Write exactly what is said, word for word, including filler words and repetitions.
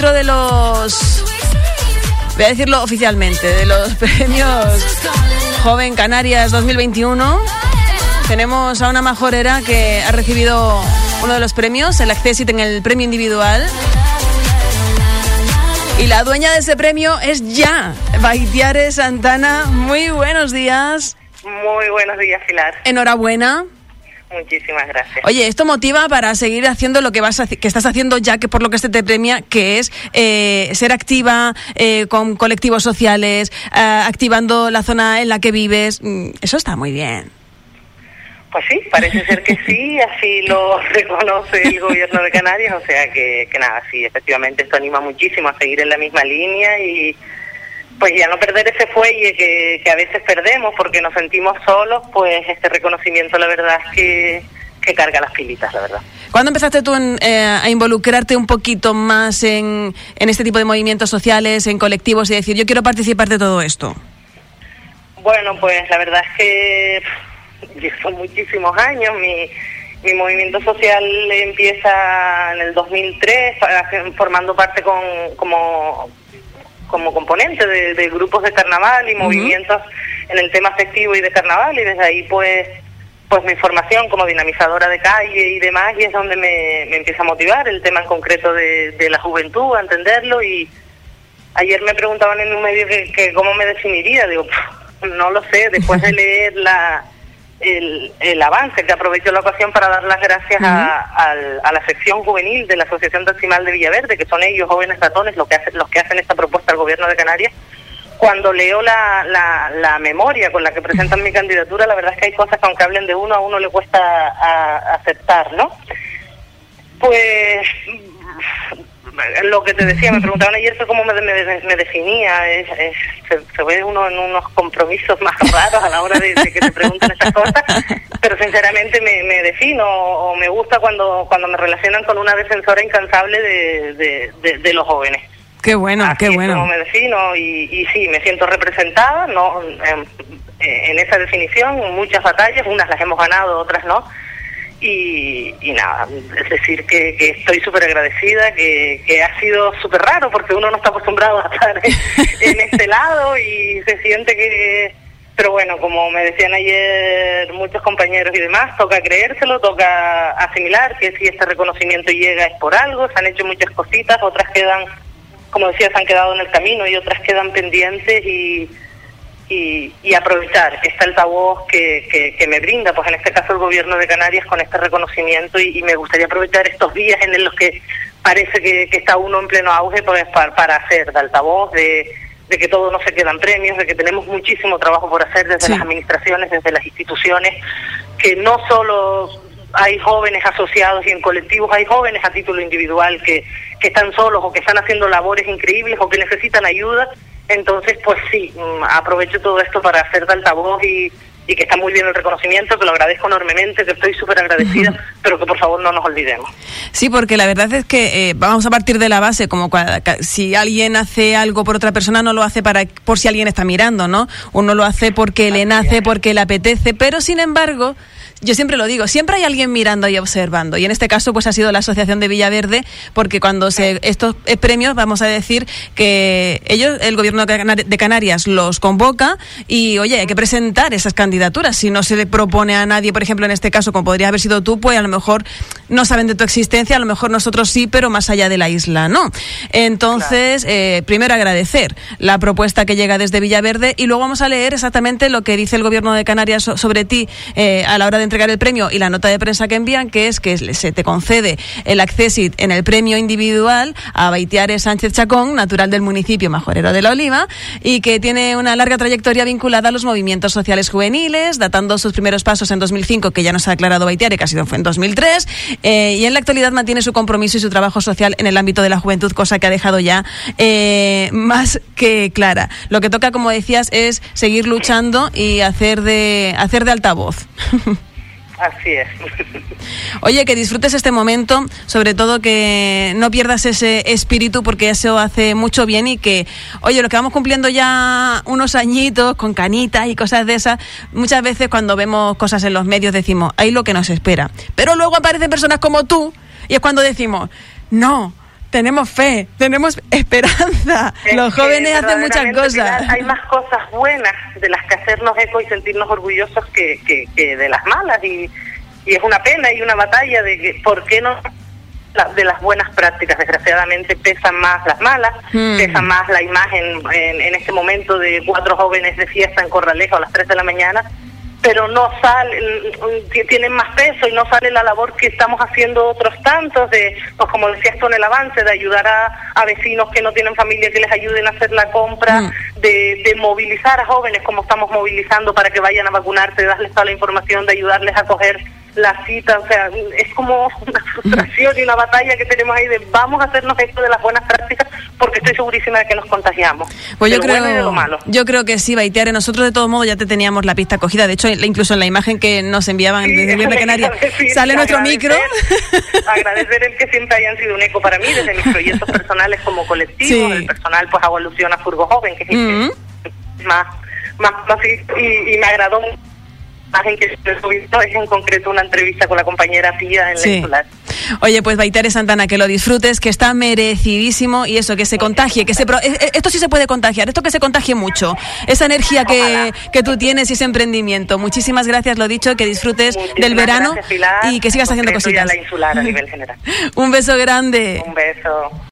dentro de los, voy a decirlo oficialmente, de los premios Joven Canarias dos mil veintiuno, tenemos a una majorera que ha recibido uno de los premios, el Accessit en el premio individual. Y la dueña de ese premio es ya Baitiare Santana. Muy buenos días. Muy buenos días, Pilar. Enhorabuena. Muchísimas gracias. Oye, esto motiva para seguir haciendo lo que vas a, que estás haciendo ya, que por lo que se te premia, que es eh, ser activa eh, con colectivos sociales, eh, activando la zona en la que vives. Eso está muy bien. Pues sí, parece ser que sí, así lo reconoce el gobierno de Canarias, o sea que, que nada, sí, efectivamente esto anima muchísimo a seguir en la misma línea y pues ya no perder ese fuelle que, que a veces perdemos porque nos sentimos solos, pues este reconocimiento la verdad es que, que carga las pilitas, la verdad. ¿Cuándo empezaste tú en, eh, a involucrarte un poquito más en, en este tipo de movimientos sociales, en colectivos y decir, yo quiero participar de todo esto? Bueno, pues la verdad es que son muchísimos años. Mi, mi movimiento social empieza en el dos mil tres, formando parte con como como componente de, de grupos de carnaval y uh-huh. movimientos en el tema festivo y de carnaval, y desde ahí pues pues mi formación como dinamizadora de calle y demás, y es donde me, me empieza a motivar el tema en concreto de, de la juventud, a entenderlo. Y ayer me preguntaban en un medio que, que cómo me definiría, digo, no lo sé, después de leer la El, el avance, que aprovecho la ocasión para dar las gracias uh-huh. a, a, a la sección juvenil de la Asociación Taximal de Villaverde, que son ellos, jóvenes ratones, los que hacen, los que hacen esta propuesta al gobierno de Canarias. Cuando leo la, la, la memoria con la que presentan mi candidatura, la verdad es que hay cosas que aunque hablen de uno, a uno le cuesta a, a aceptar, ¿no? Pues lo que te decía, me preguntaban ayer cómo me, me, me definía, es, es, se, se ve uno en unos compromisos más raros a la hora de, de que te pregunten estas cosas, pero sinceramente me, me defino, o me gusta cuando cuando me relacionan con una defensora incansable de, de, de, de los jóvenes. Qué bueno, Así qué bueno. Es como me defino, y, y sí, me siento representada, no en, en esa definición, muchas batallas, unas las hemos ganado, otras no. Y, y nada, es decir, que, que estoy súper agradecida, que, que ha sido súper raro porque uno no está acostumbrado a estar en, en este lado y se siente que... Pero bueno, como me decían ayer muchos compañeros y demás, toca creérselo, toca asimilar que si este reconocimiento llega es por algo, se han hecho muchas cositas, otras quedan, como decía, se han quedado en el camino y otras quedan pendientes y... Y, y aprovechar este altavoz que, que, que me brinda, pues en este caso el gobierno de Canarias con este reconocimiento, y, y me gustaría aprovechar estos días en los que parece que, que está uno en pleno auge, pues para, para hacer de altavoz, de, de que todo no se quedan premios, de que tenemos muchísimo trabajo por hacer desde sí. las administraciones, desde las instituciones, que no solo hay jóvenes asociados y en colectivos, hay jóvenes a título individual que, que están solos o que están haciendo labores increíbles o que necesitan ayuda. Entonces, pues sí, aprovecho todo esto para hacer de altavoz y, y que está muy bien el reconocimiento, que lo agradezco enormemente, que estoy súper agradecida, uh-huh. pero que por favor no nos olvidemos. Sí, porque la verdad es que eh, vamos a partir de la base, como cuando, si alguien hace algo por otra persona, no lo hace para por si alguien está mirando, ¿no? Uno lo hace porque le nace, porque le apetece, pero sin embargo... Yo siempre lo digo, siempre hay alguien mirando y observando, y en este caso pues ha sido la Asociación de Villaverde, porque cuando se estos premios, vamos a decir que ellos, el gobierno de Canarias los convoca y oye, hay que presentar esas candidaturas. Si no se le propone a nadie, por ejemplo en este caso como podría haber sido tú, pues a lo mejor no saben de tu existencia, a lo mejor nosotros sí, pero más allá de la isla no. Entonces, claro. eh, primero agradecer la propuesta que llega desde Villaverde, y luego vamos a leer exactamente lo que dice el gobierno de Canarias sobre ti eh, a la hora de entregar el premio y la nota de prensa que envían, que es que se te concede el Accessit en el premio individual a Baitiare Sánchez Chacón, natural del municipio Majorero de la Oliva, y que tiene una larga trayectoria vinculada a los movimientos sociales juveniles, datando sus primeros pasos en dos mil cinco, que ya nos ha declarado Baitiare, que ha sido fue en dos mil tres, eh, y en la actualidad mantiene su compromiso y su trabajo social en el ámbito de la juventud, cosa que ha dejado ya eh, más que clara. Lo que toca, como decías, es seguir luchando y hacer de hacer de altavoz. Así es. Oye, que disfrutes este momento, sobre todo que no pierdas ese espíritu, porque eso hace mucho bien, y que, oye, los que vamos cumpliendo ya unos añitos con canitas y cosas de esas, muchas veces cuando vemos cosas en los medios decimos, ahí lo que nos espera. Pero luego aparecen personas como tú y es cuando decimos, no, tenemos fe, tenemos esperanza. Es Los jóvenes hacen muchas cosas. Pilar, hay más cosas buenas de las que hacernos eco y sentirnos orgullosos que, que, que de las malas. Y, y es una pena y una batalla de que, ¿por qué no? De las buenas prácticas, desgraciadamente pesan más las malas, mm. pesa más la imagen en, en este momento de cuatro jóvenes de fiesta en Corralejo a las tres de la mañana, pero no sale, tienen más peso y no sale la labor que estamos haciendo otros tantos, de, pues como decías tú en el avance, de ayudar a, a vecinos que no tienen familia que les ayuden a hacer la compra, mm. de, de movilizar a jóvenes como estamos movilizando para que vayan a vacunarse, de darles toda la información, de ayudarles a coger la cita. O sea, es como una frustración y una batalla que tenemos ahí de vamos a hacernos esto de las buenas prácticas, porque estoy segurísima de que nos contagiamos. Pues yo de lo creo, bueno y de lo malo. Yo creo que sí, Baitiare. Nosotros de todos modos ya te teníamos la pista cogida. De hecho, incluso en la imagen que nos enviaban sí, desde Viernes Canaria sale nuestro micro. Agradecer el que siempre hayan sido un eco para mí, desde mis proyectos personales como colectivo. Sí. El personal pues hago alusión a Furgo Joven, que es mm-hmm. más, más, más y, y me agradó mucho. En que es en concreto una entrevista con la compañera Pía en sí. la Insular. Oye, pues Baitiare Santana, que lo disfrutes, que está merecidísimo y eso, que se contagie, que se pro... esto sí se puede contagiar, esto que se contagie mucho, esa energía que, que tú tienes y ese emprendimiento. Muchísimas gracias, lo dicho, que disfrutes Muchísimas del verano gracias, Pilar, y que sigas haciendo cositas. La Insular a nivel general. Un beso grande. Un beso.